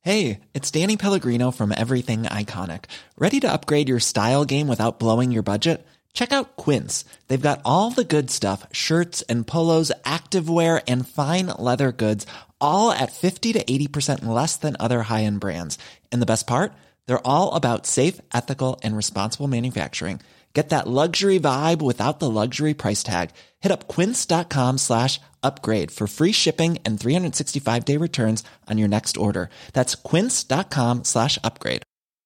Hey, it's Danny Pellegrino from Everything Iconic. Ready to upgrade your style game without blowing your budget? Check out Quince. They've got all the good stuff, shirts and polos, activewear, and fine leather goods, all at 50 to 80% less than other high-end brands. And the best part? They're all about safe, ethical, and responsible manufacturing. Get that luxury vibe without the luxury price tag. Hit up quince.com/upgrade for free shipping and 365-day returns on your next order. That's quince.com/upgrade.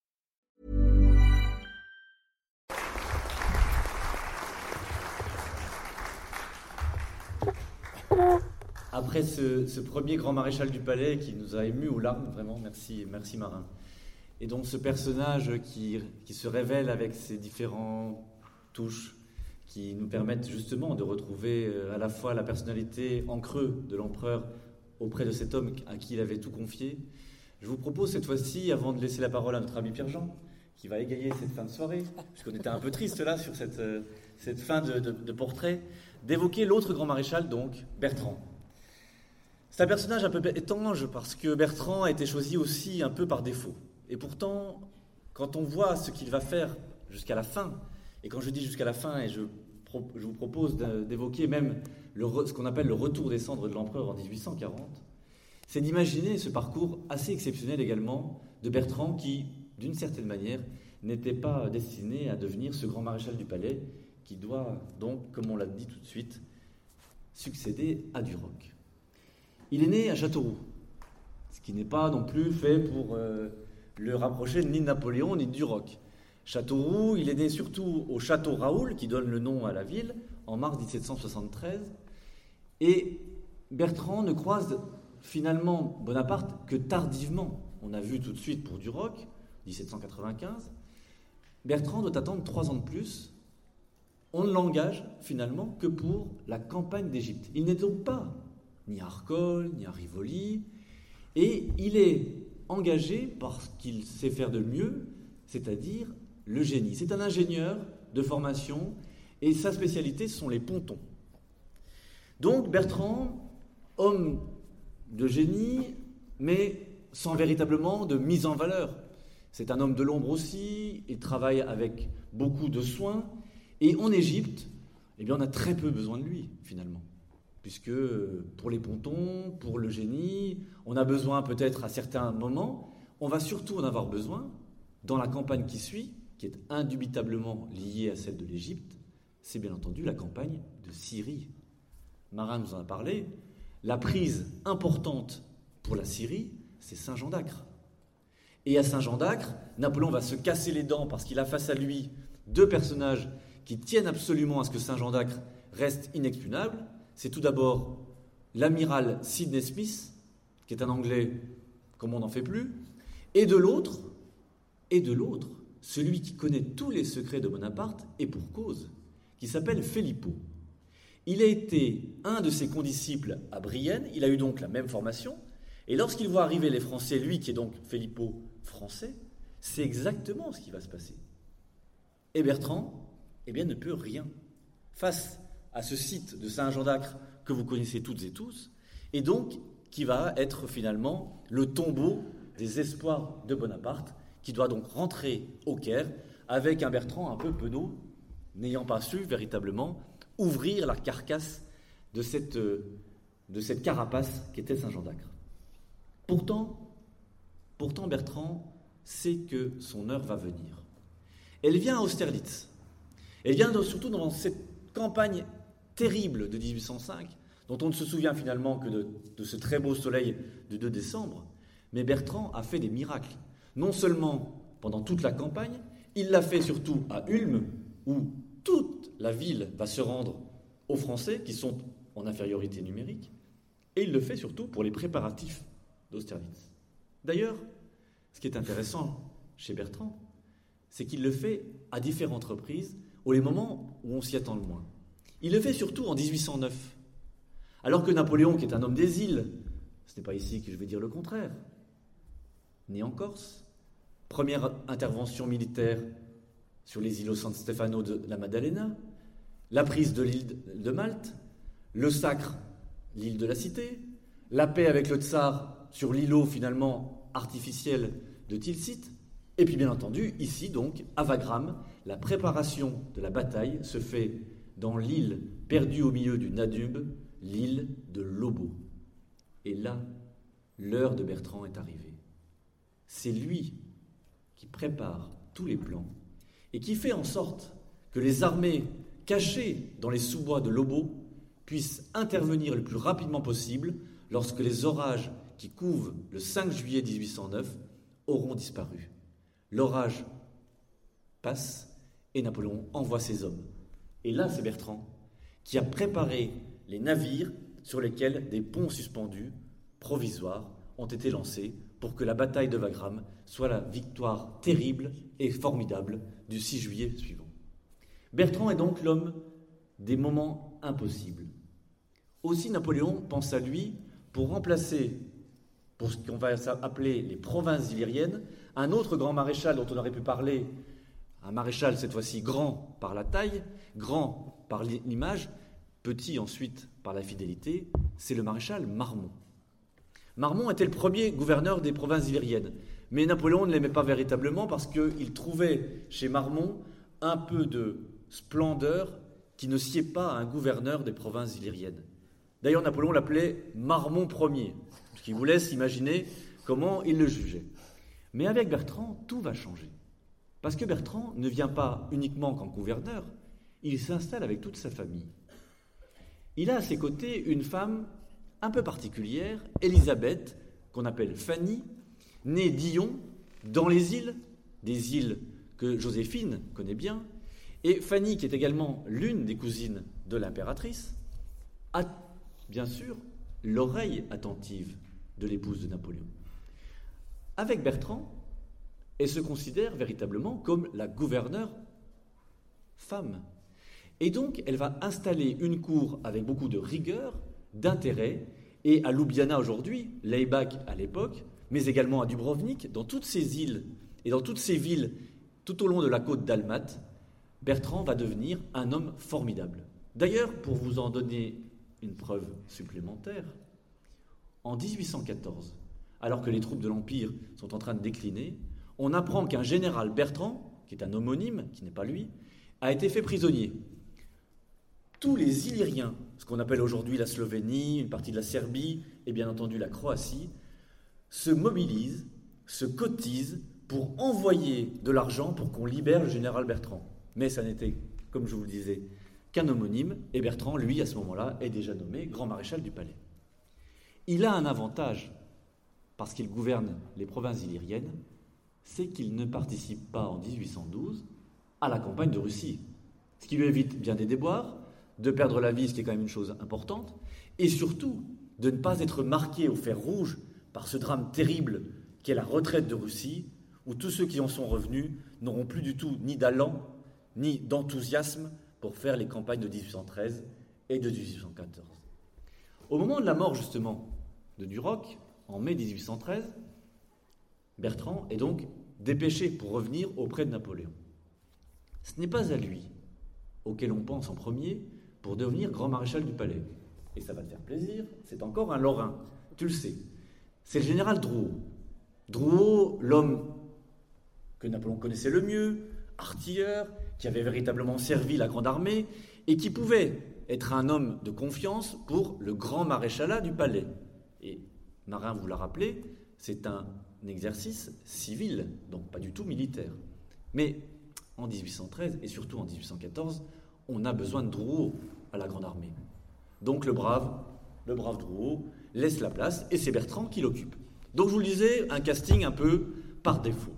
Après ce premier grand maréchal du palais qui nous a émus aux larmes, vraiment, merci Marin. Et donc ce personnage qui se révèle avec ses différentes touches, qui nous permettent justement de retrouver à la fois la personnalité en creux de l'empereur auprès de cet homme à qui il avait tout confié. Je vous propose cette fois-ci, avant de laisser la parole à notre ami Pierre-Jean, qui va égayer cette fin de soirée, puisqu'on était un peu triste là sur cette fin de portrait, d'évoquer l'autre grand maréchal, donc Bertrand. C'est un personnage un peu étrange parce que Bertrand a été choisi aussi un peu par défaut. Et pourtant, quand on voit ce qu'il va faire jusqu'à la fin, et quand je dis jusqu'à la fin, et je vous propose d'évoquer même ce qu'on appelle le retour des cendres de l'empereur en 1840, c'est d'imaginer ce parcours assez exceptionnel également de Bertrand qui, d'une certaine manière, n'était pas destiné à devenir ce grand maréchal du palais qui doit donc, comme on l'a dit tout de suite, succéder à Duroc. Il est né à Châteauroux, ce qui n'est pas non plus fait pour le rapprocher ni de Napoléon ni de Duroc. Châteauroux, il est né surtout au château Raoul, qui donne le nom à la ville, en mars 1773. Et Bertrand ne croise finalement Bonaparte que tardivement. On a vu tout de suite pour Duroc, 1795. Bertrand doit attendre 3 ans de plus. On ne l'engage finalement que pour la campagne d'Égypte. Il n'est donc pas ni à Arcole, ni à Rivoli, et il est engagé par ce qu'il sait faire de mieux, c'est-à-dire le génie. C'est un ingénieur de formation, et sa spécialité, ce sont les pontons. Donc Bertrand, homme de génie, mais sans véritablement de mise en valeur. C'est un homme de l'ombre aussi, il travaille avec beaucoup de soin, et en Égypte, eh bien, on a très peu besoin de lui, finalement. Puisque pour les pontons, pour le génie, on a besoin peut-être à certains moments, on va surtout en avoir besoin dans la campagne qui suit, qui est indubitablement liée à celle de l'Égypte, c'est bien entendu la campagne de Syrie. Marin nous en a parlé, la prise importante pour la Syrie, c'est Saint-Jean d'Acre. Et à Saint-Jean d'Acre, Napoléon va se casser les dents parce qu'il a face à lui 2 personnages qui tiennent absolument à ce que Saint-Jean d'Acre reste inexpugnable. C'est tout d'abord l'amiral Sidney Smith, qui est un Anglais comme on n'en fait plus, et de l'autre, celui qui connaît tous les secrets de Bonaparte, et pour cause, qui s'appelle Filippo. Il a été un de ses condisciples à Brienne, il a eu donc la même formation, et lorsqu'il voit arriver les Français, lui qui est donc Filippo français, c'est exactement ce qui va se passer. Et Bertrand, eh bien, ne peut rien. Face à ce site de Saint-Jean d'Acre que vous connaissez toutes et tous, et donc qui va être finalement le tombeau des espoirs de Bonaparte, qui doit donc rentrer au Caire avec un Bertrand un peu penaud, n'ayant pas su véritablement ouvrir la carcasse de cette carapace qu'était Saint-Jean d'Acre. Pourtant, Bertrand sait que son heure va venir. Elle vient à Austerlitz. Elle vient surtout dans cette campagne terrible de 1805, dont on ne se souvient finalement que de ce très beau soleil du 2 décembre, mais Bertrand a fait des miracles. Non seulement pendant toute la campagne, il l'a fait surtout à Ulm, où toute la ville va se rendre aux Français, qui sont en infériorité numérique, et il le fait surtout pour les préparatifs d'Austerlitz. D'ailleurs, ce qui est intéressant chez Bertrand, c'est qu'il le fait à différentes reprises, aux moments où on s'y attend le moins. Il le fait surtout en 1809, alors que Napoléon, qui est un homme des îles, ce n'est pas ici que je vais dire le contraire, né en Corse, première intervention militaire sur les îlots San Stefano de la Maddalena, la prise de l'île de Malte, le sacre, l'île de la Cité, la paix avec le tsar sur l'îlot finalement artificiel de Tilsit. Et puis bien entendu, ici donc, à Wagram, la préparation de la bataille se fait dans l'île perdue au milieu du Nadub, l'île de Lobo. Et là, l'heure de Bertrand est arrivée. C'est lui qui prépare tous les plans et qui fait en sorte que les armées cachées dans les sous-bois de Lobo puissent intervenir le plus rapidement possible lorsque les orages qui couvent le 5 juillet 1809 auront disparu. L'orage passe et Napoléon envoie ses hommes. Et là, c'est Bertrand qui a préparé les navires sur lesquels des ponts suspendus, provisoires, ont été lancés pour que la bataille de Wagram soit la victoire terrible et formidable du 6 juillet suivant. Bertrand est donc l'homme des moments impossibles. Aussi, Napoléon pense à lui pour remplacer, pour ce qu'on va appeler les provinces illyriennes, un autre grand maréchal dont on aurait pu parler, un maréchal cette fois-ci grand par la taille, grand par l'image, petit ensuite par la fidélité, c'est le maréchal Marmont. Marmont était le premier gouverneur des provinces illyriennes, mais Napoléon ne l'aimait pas véritablement parce qu'il trouvait chez Marmont un peu de splendeur qui ne sied pas à un gouverneur des provinces illyriennes. D'ailleurs, Napoléon l'appelait Marmont Ier, ce qui vous laisse imaginer comment il le jugeait. Mais avec Bertrand, tout va changer. Parce que Bertrand ne vient pas uniquement qu'en gouverneur, il s'installe avec toute sa famille. Il a à ses côtés une femme un peu particulière, Élisabeth, qu'on appelle Fanny, née d'Ion, dans les îles, des îles que Joséphine connaît bien, et Fanny, qui est également l'une des cousines de l'impératrice, a bien sûr l'oreille attentive de l'épouse de Napoléon. Avec Bertrand, elle se considère véritablement comme la gouverneure femme. Et donc, elle va installer une cour avec beaucoup de rigueur, d'intérêt, et à Ljubljana aujourd'hui, Laibach à l'époque, mais également à Dubrovnik, dans toutes ces îles et dans toutes ces villes tout au long de la côte dalmate, Bertrand va devenir un homme formidable. D'ailleurs, pour vous en donner une preuve supplémentaire, en 1814, alors que les troupes de l'Empire sont en train de décliner, on apprend qu'un général Bertrand, qui est un homonyme, qui n'est pas lui, a été fait prisonnier. Tous les Illyriens, ce qu'on appelle aujourd'hui la Slovénie, une partie de la Serbie et bien entendu la Croatie, se mobilisent, se cotisent pour envoyer de l'argent pour qu'on libère le général Bertrand. Mais ça n'était, comme je vous le disais, qu'un homonyme, et Bertrand, lui, à ce moment-là, est déjà nommé grand maréchal du palais. Il a un avantage, parce qu'il gouverne les provinces illyriennes, c'est qu'il ne participe pas en 1812 à la campagne de Russie, ce qui lui évite bien des déboires, de perdre la vie, ce qui est quand même une chose importante, et surtout de ne pas être marqué au fer rouge par ce drame terrible qu'est la retraite de Russie, où tous ceux qui en sont revenus n'auront plus du tout ni d'allant, ni d'enthousiasme pour faire les campagnes de 1813 et de 1814. Au moment de la mort, justement, de Duroc, en mai 1813, Bertrand est donc dépêché pour revenir auprès de Napoléon. Ce n'est pas à lui auquel on pense en premier pour devenir grand maréchal du palais. Et ça va te faire plaisir, c'est encore un Lorrain, tu le sais. C'est le général Drouot. Drouot, l'homme que Napoléon connaissait le mieux, artilleur, qui avait véritablement servi la grande armée et qui pouvait être un homme de confiance pour le grand maréchalat du palais. Et Marin vous l'a rappelé, c'est un exercice civil, donc pas du tout militaire. Mais en 1813 et surtout en 1814, on a besoin de Drouot à la grande armée. Donc le brave Drouot laisse la place et c'est Bertrand qui l'occupe. Donc je vous le disais, un casting un peu par défaut.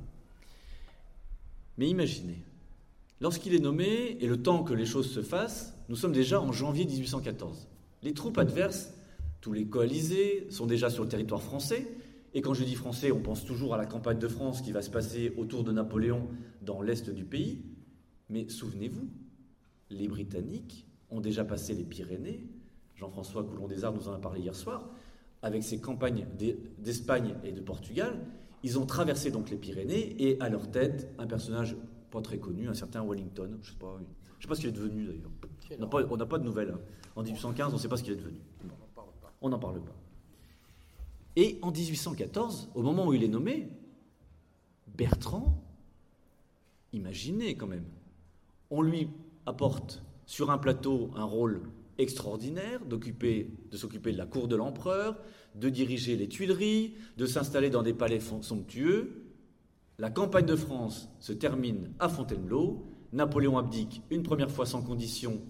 Mais imaginez, lorsqu'il est nommé et le temps que les choses se fassent, nous sommes déjà en janvier 1814. Les troupes adverses, tous les coalisés, sont déjà sur le territoire français. Et quand je dis français, on pense toujours à la campagne de France qui va se passer autour de Napoléon dans l'est du pays. Mais souvenez-vous, les Britanniques ont déjà passé les Pyrénées. Jean-François Coulon-Desarts nous en a parlé hier soir. Avec ses campagnes d'Espagne et de Portugal, ils ont traversé donc les Pyrénées et à leur tête, un personnage pas très connu, un certain Wellington. Je sais pas ce qu'il est devenu d'ailleurs. On n'a pas de nouvelles. En 1815, on ne sait pas ce qu'il est devenu. Bon, on n'en parle pas. Et en 1814, au moment où il est nommé, Bertrand, imaginez quand même, on lui apporte sur un plateau un rôle extraordinaire de s'occuper de la cour de l'empereur, de diriger les Tuileries, de s'installer dans des palais somptueux. La campagne de France se termine à Fontainebleau. Napoléon abdique une première fois sans condition,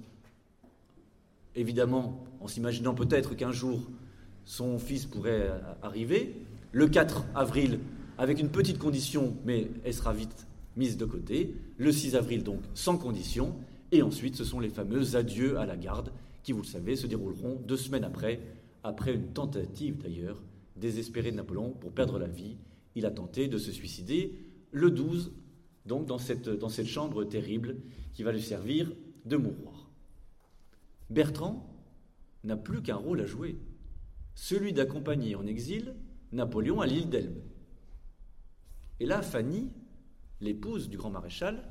évidemment en s'imaginant peut-être qu'un jour son fils pourrait arriver. Le 4 avril, avec une petite condition, mais elle sera vite mise de côté. Le 6 avril, donc, sans condition. Et ensuite, ce sont les fameux adieux à la garde qui, vous le savez, se dérouleront 2 semaines après une tentative d'ailleurs désespérée de Napoléon pour perdre la vie. Il a tenté de se suicider le 12, donc dans cette chambre terrible qui va lui servir de mouroir. Bertrand n'a plus qu'un rôle à jouer, celui d'accompagner en exil Napoléon à l'île d'Elbe. Et là, Fanny, l'épouse du grand maréchal,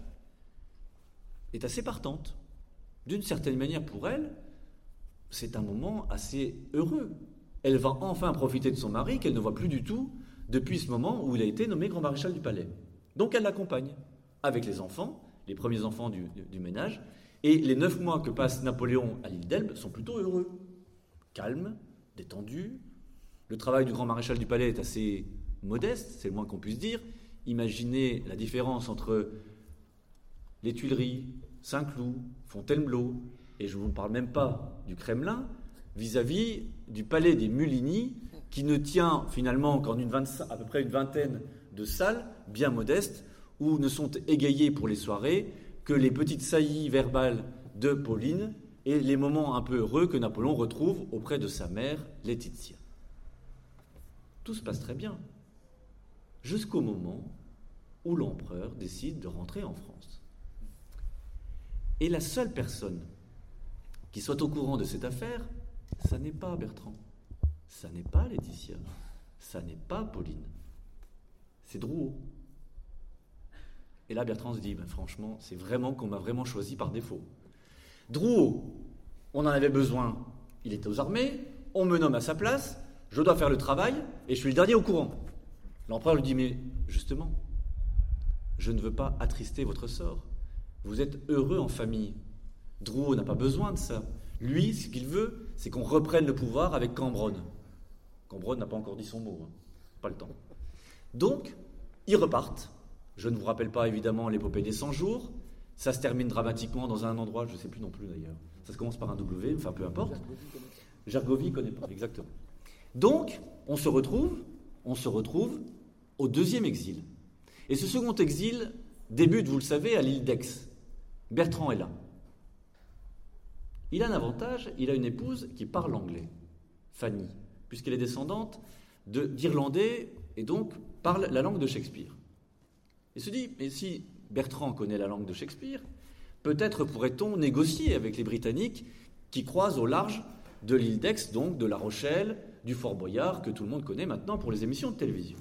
est assez partante. D'une certaine manière, pour elle, c'est un moment assez heureux. Elle va enfin profiter de son mari qu'elle ne voit plus du tout depuis ce moment où il a été nommé grand maréchal du palais. Donc elle l'accompagne avec les enfants, les premiers enfants du ménage, et les 9 mois que passe Napoléon à l'île d'Elbe sont plutôt heureux, calmes, détendus. Le travail du grand maréchal du palais est assez modeste, c'est le moins qu'on puisse dire. Imaginez la différence entre les Tuileries, Saint-Cloud, Fontainebleau, et je ne vous parle même pas du Kremlin, vis-à-vis du palais des Muligny, qui ne tient finalement qu'en à peu près une vingtaine de salles bien modestes, où ne sont égayées pour les soirées que les petites saillies verbales de Pauline et les moments un peu heureux que Napoléon retrouve auprès de sa mère, Laetitia. Tout se passe très bien, jusqu'au moment où l'empereur décide de rentrer en France. Et la seule personne qui soit au courant de cette affaire, ça n'est pas Bertrand, ça n'est pas Laetitia, ça n'est pas Pauline, c'est Drouot. Et là, Bertrand se dit, franchement, c'est vraiment qu'on m'a vraiment choisi par défaut. Drouot, on en avait besoin, il était aux armées, on me nomme à sa place, je dois faire le travail, et je suis le dernier au courant. L'empereur lui dit, mais justement, je ne veux pas attrister votre sort. Vous êtes heureux en famille. Drouot n'a pas besoin de ça. Lui, ce qu'il veut, c'est qu'on reprenne le pouvoir avec Cambronne. Cambronne n'a pas encore dit son mot, pas le temps. Donc, ils repartent. Je ne vous rappelle pas évidemment l'épopée des 100 jours. Ça se termine dramatiquement dans un endroit, je ne sais plus non plus d'ailleurs. Ça se commence par un W, enfin peu importe. Gergovie ne connaît pas, exactement. Donc, on se retrouve au 2e exil. Et ce second exil débute, vous le savez, à l'île d'Aix. Bertrand est là. Il a un avantage, il a une épouse qui parle anglais, Fanny, puisqu'elle est descendante d'Irlandais et donc parle la langue de Shakespeare. Il se dit, mais si Bertrand connaît la langue de Shakespeare, peut-être pourrait-on négocier avec les Britanniques qui croisent au large de l'île d'Aix, donc de La Rochelle, du Fort Boyard, que tout le monde connaît maintenant pour les émissions de télévision.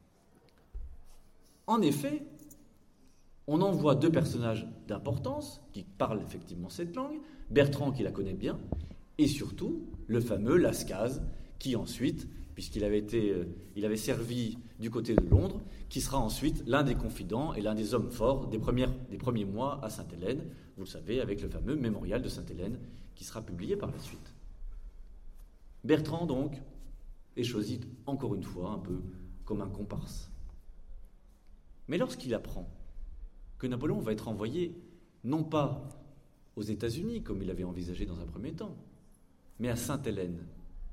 En effet, on envoie 2 personnages d'importance qui parlent effectivement cette langue, Bertrand qui la connaît bien, et surtout le fameux Lascaz qui ensuite, puisqu'il avait servi du côté de Londres, qui sera ensuite l'un des confidents et l'un des hommes forts des premiers mois à Sainte-Hélène, vous le savez, avec le fameux mémorial de Sainte-Hélène qui sera publié par la suite. Bertrand, donc, est choisi encore une fois un peu comme un comparse. Mais lorsqu'il apprend que Napoléon va être envoyé, non pas aux États-Unis, comme il avait envisagé dans un premier temps, mais à Sainte-Hélène,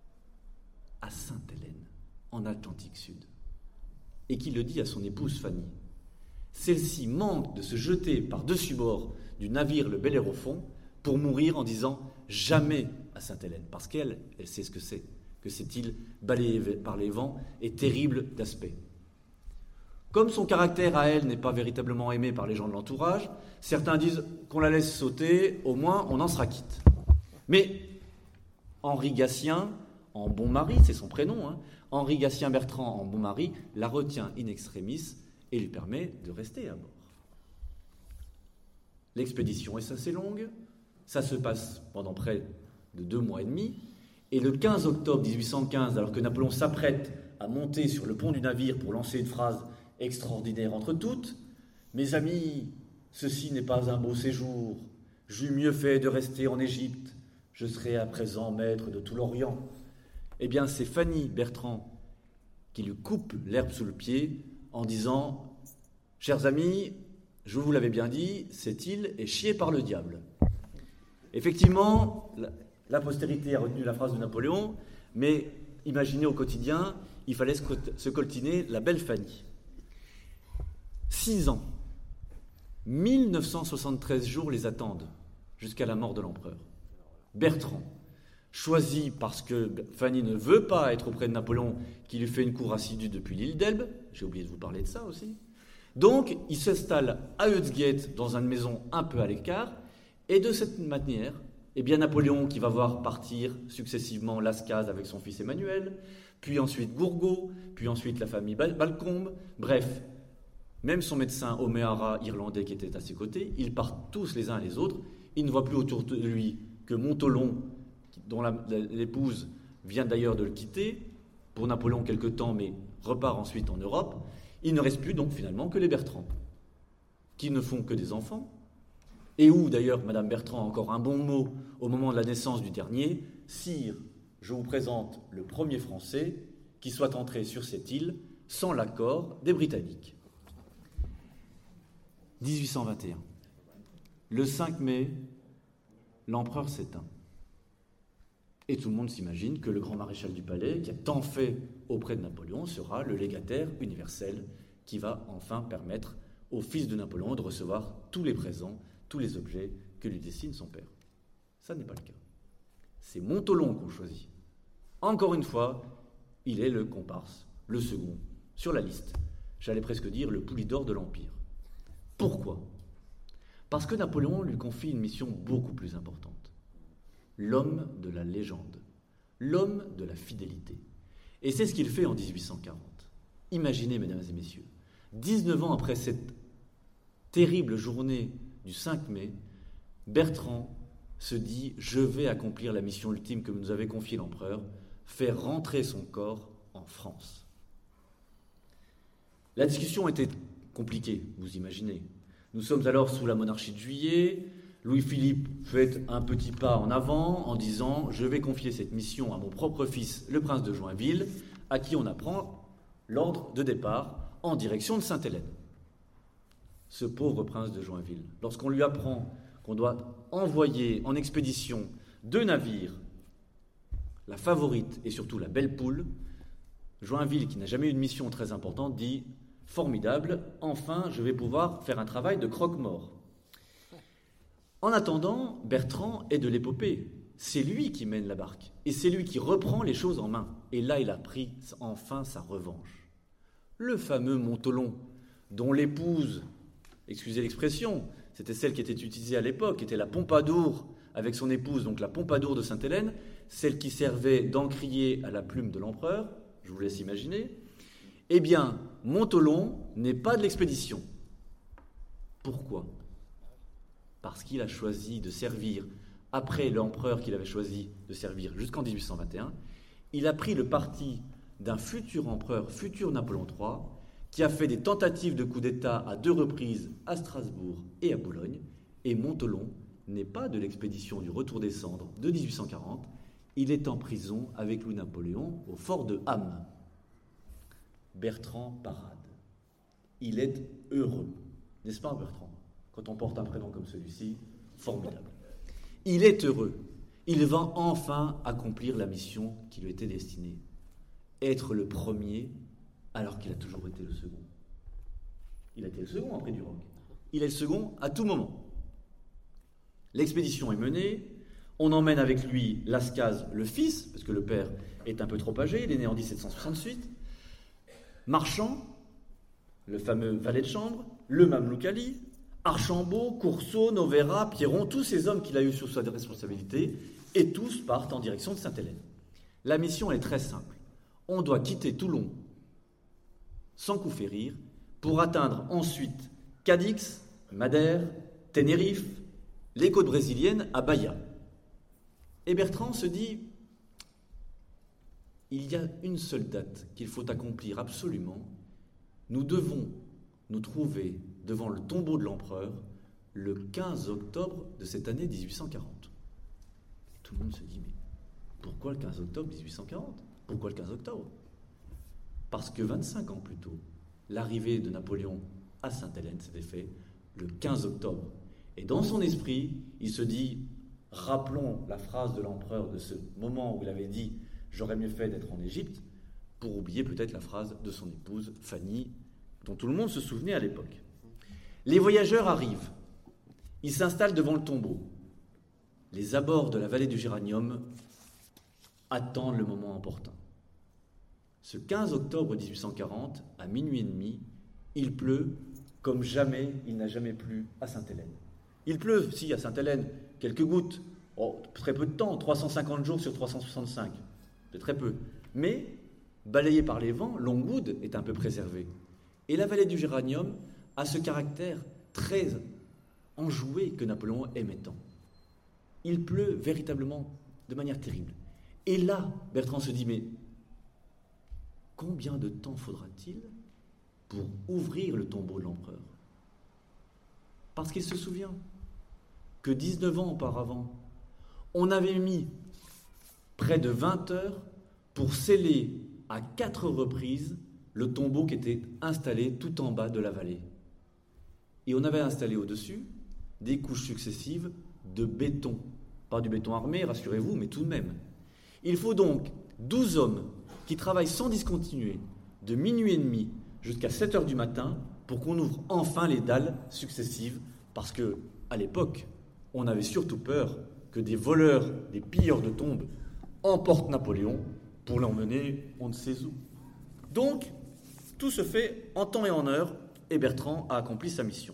en Atlantique Sud, et qu'il le dit à son épouse Fanny, celle-ci manque de se jeter par-dessus bord du navire le Bellérophon pour mourir en disant « jamais à Sainte-Hélène », parce qu'elle sait ce que c'est, que cette île balayée par les vents est terrible d'aspect. Comme son caractère à elle n'est pas véritablement aimé par les gens de l'entourage, certains disent qu'on la laisse sauter, au moins on en sera quitte. Mais Henri Gatien, en bon mari, c'est son prénom, Henri Gatien Bertrand, en bon mari, la retient in extremis et lui permet de rester à bord. L'expédition est assez longue, ça se passe pendant près de 2 mois et demi, et le 15 octobre 1815, alors que Napoléon s'apprête à monter sur le pont du navire pour lancer une phrase extraordinaire entre toutes. « Mes amis, ceci n'est pas un beau séjour. J'eus mieux fait de rester en Égypte. Je serai à présent maître de tout l'Orient. » Eh bien, c'est Fanny Bertrand qui lui coupe l'herbe sous le pied en disant « Chers amis, je vous l'avais bien dit, cette île est chiée par le diable. » Effectivement, la postérité a retenu la phrase de Napoléon, mais imaginez au quotidien, il fallait se coltiner la belle Fanny. 6 ans, 1973 jours les attendent jusqu'à la mort de l'empereur. Bertrand, choisi parce que Fanny ne veut pas être auprès de Napoléon, qui lui fait une cour assidue depuis l'île d'Elbe, j'ai oublié de vous parler de ça aussi. Donc, il s'installe à Utzgate, dans une maison un peu à l'écart, et de cette manière, eh bien Napoléon, qui va voir partir successivement Lascaz avec son fils Emmanuel, puis ensuite Gourgaud, puis ensuite la famille Balcombe, bref, même son médecin O'Meara, irlandais, qui était à ses côtés, ils partent tous les uns les autres, il ne voit plus autour de lui que Montholon, dont l'épouse vient d'ailleurs de le quitter, pour Napoléon quelque temps, mais repart ensuite en Europe. Il ne reste plus donc finalement que les Bertrand, qui ne font que des enfants, et où d'ailleurs Madame Bertrand a encore un bon mot au moment de la naissance du dernier. « Sire, je vous présente le premier Français qui soit entré sur cette île sans l'accord des Britanniques. » 1821. Le 5 mai, l'empereur s'éteint. Et tout le monde s'imagine que le grand maréchal du Palais, qui a tant fait auprès de Napoléon, sera le légataire universel qui va enfin permettre au fils de Napoléon de recevoir tous les présents, tous les objets que lui destine son père. Ça n'est pas le cas. C'est Montholon qu'on choisit. Encore une fois, il est le comparse, le second, sur la liste. J'allais presque dire le Poulidor de l'Empire. Pourquoi ? Parce que Napoléon lui confie une mission beaucoup plus importante. L'homme de la légende, l'homme de la fidélité. Et c'est ce qu'il fait en 1840. Imaginez, mesdames et messieurs, 19 ans après cette terrible journée du 5 mai, Bertrand se dit « Je vais accomplir la mission ultime que nous avait confiée l'empereur, faire rentrer son corps en France. » La discussion était compliquée, vous imaginez. Nous sommes alors sous la monarchie de Juillet. Louis-Philippe fait un petit pas en avant en disant « Je vais confier cette mission à mon propre fils, le prince de Joinville, à qui on apprend l'ordre de départ en direction de Sainte-Hélène. » Ce pauvre prince de Joinville, lorsqu'on lui apprend qu'on doit envoyer en expédition 2 navires, la Favorite et surtout la Belle Poule, Joinville, qui n'a jamais eu une mission très importante, dit « Formidable, enfin je vais pouvoir faire un travail de croque-mort. » En attendant, Bertrand est de l'épopée. C'est lui qui mène la barque. Et c'est lui qui reprend les choses en main. Et là, il a pris enfin sa revanche. Le fameux Montholon, dont l'épouse, excusez l'expression, c'était celle qui était utilisée à l'époque, était la Pompadour avec son épouse, donc la Pompadour de Sainte-Hélène, celle qui servait d'encrier à la plume de l'empereur, je vous laisse imaginer. Eh bien, Montholon n'est pas de l'expédition. Pourquoi ? Parce qu'il a choisi de servir, après l'empereur qu'il avait choisi de servir jusqu'en 1821, il a pris le parti d'un futur empereur, futur Napoléon III, qui a fait des tentatives de coup d'État à 2 reprises à Strasbourg et à Boulogne, et Montholon n'est pas de l'expédition du Retour des Cendres de 1840, il est en prison avec Louis-Napoléon au fort de Ham. Bertrand parade. Il est heureux, n'est-ce pas Bertrand ? Quand on porte un prénom comme celui-ci, formidable. Il est heureux. Il va enfin accomplir la mission qui lui était destinée. Être le premier alors qu'il a toujours été le second. Il a été le second après Duroc. Il est le second à tout moment. L'expédition est menée. On emmène avec lui Lascaz, le fils, parce que le père est un peu trop âgé, il est né en 1768. Marchand, le fameux valet de chambre, le Mamelouk Ali, Archambault, Coursault, Noverra, Pierron, tous ces hommes qu'il a eus sous sa responsabilité, et tous partent en direction de Sainte-Hélène. La mission est très simple. On doit quitter Toulon sans coup férir pour atteindre ensuite Cadix, Madère, Tenerife, les côtes brésiliennes à Bahia. Et Bertrand se dit il y a une seule date qu'il faut accomplir absolument. Nous devons nous trouver devant le tombeau de l'empereur le 15 octobre de cette année 1840. Et tout le monde se dit, mais pourquoi le 15 octobre 1840 ? Pourquoi le 15 octobre ? Parce que 25 ans plus tôt, l'arrivée de Napoléon à Sainte-Hélène s'était fait le 15 octobre. Et dans son esprit, il se dit, rappelons la phrase de l'empereur de ce moment où il avait dit « J'aurais mieux fait d'être en Égypte », pour oublier peut-être la phrase de son épouse Fanny, dont tout le monde se souvenait à l'époque. Les voyageurs arrivent. Ils s'installent devant le tombeau. Les abords de la vallée du Géranium attendent le moment opportun. Ce 15 octobre 1840, à minuit et demi, il pleut comme jamais il n'a jamais plu à Sainte-Hélène. Il pleut, si, à Sainte-Hélène, quelques gouttes, très peu de temps, 350 jours sur 365, c'est très peu. Mais, balayé par les vents, Longwood est un peu préservé. Et la vallée du Géranium a ce caractère très enjoué que Napoléon aimait tant. Il pleut véritablement de manière terrible. Et là, Bertrand se dit, mais combien de temps faudra-t-il pour ouvrir le tombeau de l'empereur ? Parce qu'il se souvient que 19 ans auparavant, on avait mis près de 20 heures pour sceller à 4 reprises le tombeau qui était installé tout en bas de la vallée. Et on avait installé au-dessus des couches successives de béton. Pas du béton armé, rassurez-vous, mais tout de même. Il faut donc 12 hommes qui travaillent sans discontinuer de minuit et demi jusqu'à 7 heures du matin pour qu'on ouvre enfin les dalles successives, parce que à l'époque, on avait surtout peur que des voleurs, des pilleurs de tombes emportent Napoléon pour l'emmener on ne sait où. Donc, tout se fait en temps et en heure, et Bertrand a accompli sa mission.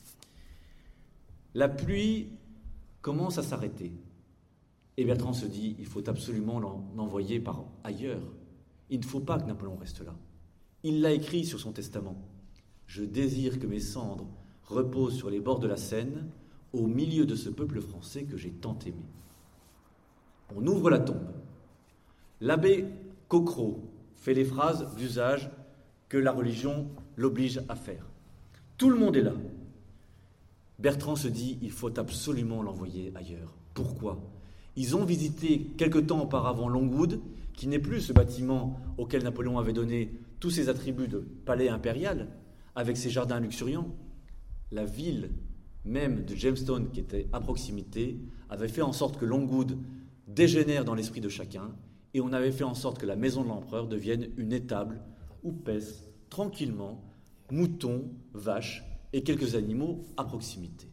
La pluie commence à s'arrêter, et Bertrand se dit, il faut absolument l'envoyer par ailleurs. Il ne faut pas que Napoléon reste là. Il l'a écrit sur son testament. « Je désire que mes cendres reposent sur les bords de la Seine, au milieu de ce peuple français que j'ai tant aimé. » On ouvre la tombe. L'abbé Coquereau fait les phrases d'usage que la religion l'oblige à faire. Tout le monde est là. Bertrand se dit, il faut absolument l'envoyer ailleurs. Pourquoi ? Ils ont visité quelque temps auparavant Longwood, qui n'est plus ce bâtiment auquel Napoléon avait donné tous ses attributs de palais impérial, avec ses jardins luxuriants. La ville même de Jamestown, qui était à proximité, avait fait en sorte que Longwood dégénère dans l'esprit de chacun, et on avait fait en sorte que la maison de l'empereur devienne une étable où paissent tranquillement moutons, vaches et quelques animaux à proximité.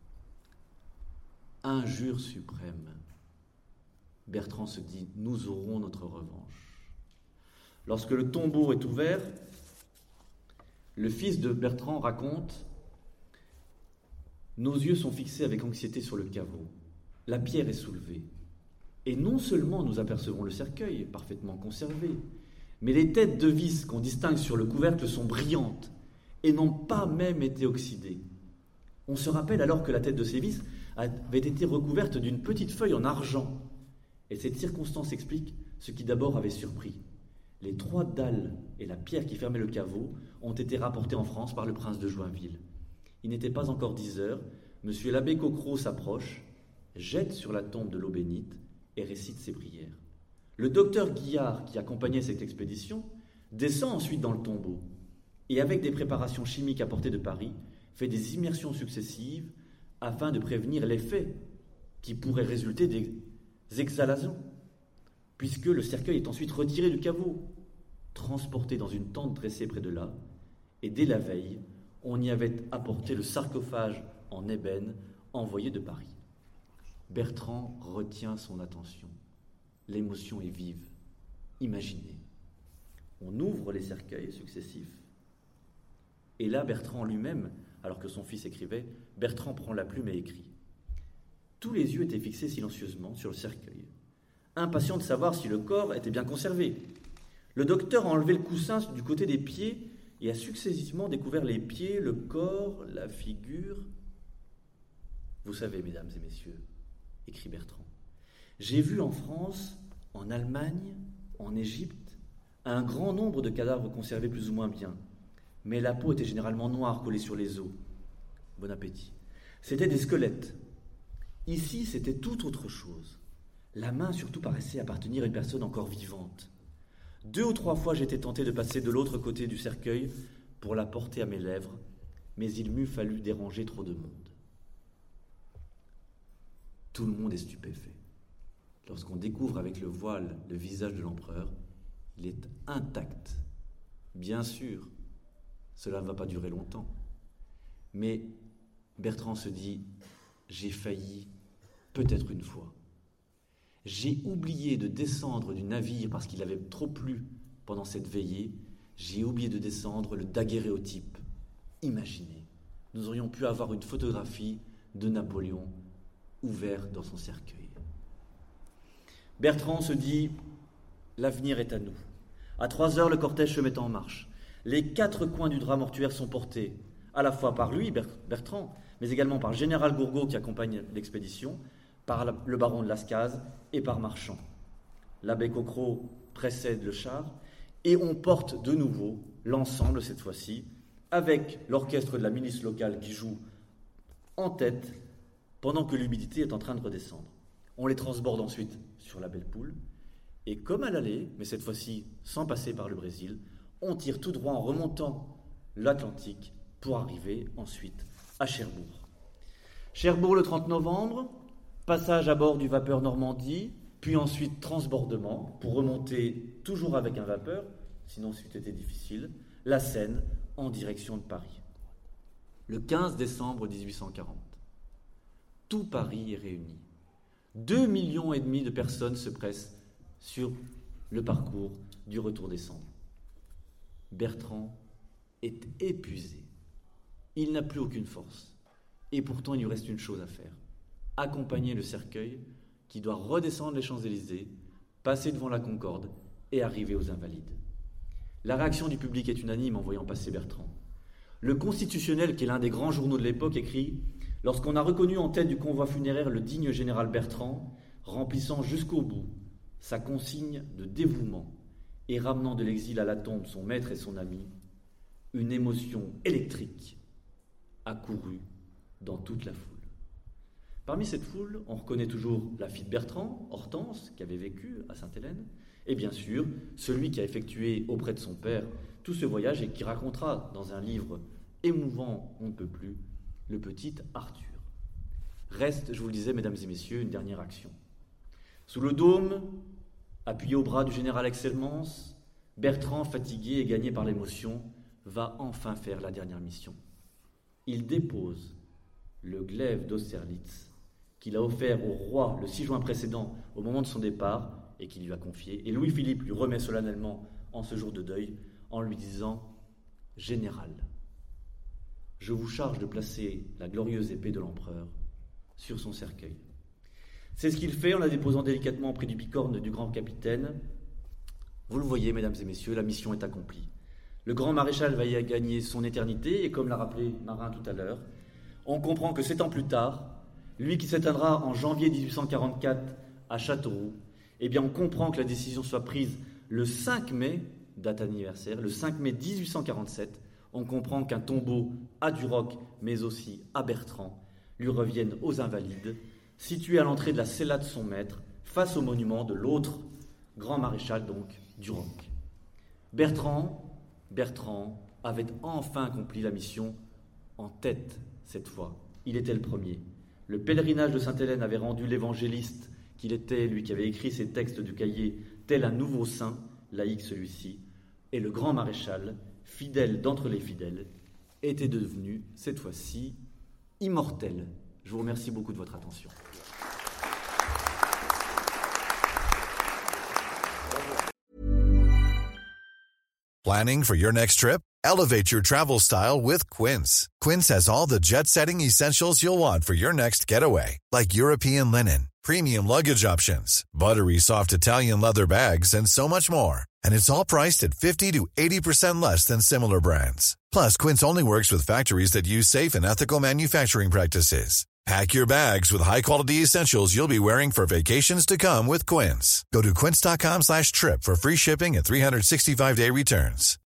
Injure suprême. Bertrand se dit, nous aurons notre revanche. Lorsque le tombeau est ouvert, le fils de Bertrand raconte, nos yeux sont fixés avec anxiété sur le caveau. La pierre est soulevée. Et non seulement nous apercevons le cercueil, parfaitement conservé, mais les têtes de vis qu'on distingue sur le couvercle sont brillantes et n'ont pas même été oxydées. On se rappelle alors que la tête de ces vis avait été recouverte d'une petite feuille en argent. Et cette circonstance explique ce qui d'abord avait surpris. Les 3 dalles et la pierre qui fermait le caveau ont été rapportés en France par le prince de Joinville. Il n'était pas encore 10 heures, monsieur l'abbé Coquereau s'approche, jette sur la tombe de l'eau bénite et récite ses prières. Le docteur Guillard, qui accompagnait cette expédition, descend ensuite dans le tombeau et, avec des préparations chimiques apportées de Paris, fait des immersions successives afin de prévenir l'effet qui pourrait résulter des exhalations, puisque le cercueil est ensuite retiré du caveau, transporté dans une tente dressée près de là, et dès la veille, on y avait apporté le sarcophage en ébène envoyé de Paris. Bertrand retient son attention. L'émotion est vive. Imaginez. On ouvre les cercueils successifs. Et là, Bertrand lui-même, alors que son fils écrivait, Bertrand prend la plume et écrit. Tous les yeux étaient fixés silencieusement sur le cercueil, impatients de savoir si le corps était bien conservé. Le docteur a enlevé le coussin du côté des pieds et a successivement découvert les pieds, le corps, la figure. Vous savez, mesdames et messieurs, écrit Bertrand, j'ai vu en France, en Allemagne, En Égypte, un grand nombre de cadavres conservés plus ou moins bien, mais la peau était généralement noire collée sur les os. Bon appétit. C'étaient des squelettes. Ici, c'était tout autre chose. La main surtout paraissait appartenir à une personne encore vivante. 2 ou 3 fois, j'étais tenté de passer de l'autre côté du cercueil pour la porter à mes lèvres, mais il m'eût fallu déranger trop de monde. Tout le monde est stupéfait. Lorsqu'on découvre avec le voile le visage de l'empereur, il est intact. Bien sûr, cela ne va pas durer longtemps. Mais Bertrand se dit, j'ai failli peut-être une fois. J'ai oublié de descendre du navire parce qu'il avait trop plu pendant cette veillée. J'ai oublié de descendre le daguerréotype. Imaginez, nous aurions pu avoir une photographie de Napoléon ouvert dans son cercueil. Bertrand se dit, l'avenir est à nous. À 3 heures, le cortège se met en marche. Les 4 coins du drap mortuaire sont portés, à la fois par lui, Bertrand, mais également par le général Gourgaud qui accompagne l'expédition, par le baron de Lascaz et par Marchand. L'abbé Coquereau précède le char et on porte de nouveau l'ensemble cette fois-ci, avec l'orchestre de la milice locale qui joue en tête pendant que l'humidité est en train de redescendre. On les transborde ensuite sur la Belle Poule et comme à l'aller, mais cette fois-ci sans passer par le Brésil, on tire tout droit en remontant l'Atlantique pour arriver ensuite à Cherbourg. Cherbourg le 30 novembre, passage à bord du vapeur Normandie, puis ensuite transbordement pour remonter toujours avec un vapeur, sinon c'eût été difficile, la Seine en direction de Paris. Le 15 décembre 1840, tout Paris est réuni. 2,5 millions de personnes se pressent sur le parcours du retour des cendres. Bertrand est épuisé. Il n'a plus aucune force. Et pourtant, il lui reste une chose à faire. Accompagner le cercueil qui doit redescendre les Champs-Élysées, passer devant la Concorde et arriver aux Invalides. La réaction du public est unanime en voyant passer Bertrand. Le Constitutionnel, qui est l'un des grands journaux de l'époque, écrit « Lorsqu'on a reconnu en tête du convoi funéraire le digne général Bertrand, remplissant jusqu'au bout sa consigne de dévouement et ramenant de l'exil à la tombe son maître et son ami, une émotion électrique a couru dans toute la foule. » Parmi cette foule, on reconnaît toujours la fille de Bertrand, Hortense, qui avait vécu à Sainte-Hélène, et bien sûr, celui qui a effectué auprès de son père tout ce voyage et qui racontera dans un livre émouvant, on ne peut plus, le petit Arthur. Reste, je vous le disais, mesdames et messieurs, une dernière action. Sous le dôme, appuyé au bras du général Excellence, Bertrand, fatigué et gagné par l'émotion, va enfin faire la dernière mission. Il dépose le glaive d'Austerlitz qu'il a offert au roi le 6 juin précédent au moment de son départ et qu'il lui a confié. Et Louis-Philippe lui remet solennellement en ce jour de deuil en lui disant « Général, je vous charge de placer la glorieuse épée de l'empereur sur son cercueil. » C'est ce qu'il fait en la déposant délicatement auprès du bicorne du grand capitaine. Vous le voyez, mesdames et messieurs, la mission est accomplie. Le grand maréchal va y gagner son éternité et comme l'a rappelé Marin tout à l'heure, on comprend que 7 ans plus tard, lui qui s'éteindra en janvier 1844 à Châteauroux, eh bien on comprend que la décision soit prise le 5 mai, date anniversaire, le 5 mai 1847, on comprend qu'un tombeau à Duroc, mais aussi à Bertrand, lui revienne aux Invalides, situé à l'entrée de la cella de son maître, face au monument de l'autre grand maréchal, donc, Duroc. Bertrand avait enfin accompli la mission en tête cette fois. Il était le premier. Le pèlerinage de Sainte-Hélène avait rendu l'évangéliste qu'il était, lui qui avait écrit ces textes du cahier, tel un nouveau saint, laïque celui-ci, et le grand maréchal, fidèle d'entre les fidèles, était devenu, cette fois-ci, immortel. Je vous remercie beaucoup de votre attention. Planning for your next trip? Elevate your travel style with Quince. Quince has all the jet-setting essentials you'll want for your next getaway, like European linen, premium luggage options, buttery soft Italian leather bags, and so much more. And it's all priced at 50 to 80% less than similar brands. Plus, Quince only works with factories that use safe and ethical manufacturing practices. Pack your bags with high-quality essentials you'll be wearing for vacations to come with Quince. Go to quince.com/trip for free shipping and 365-day returns.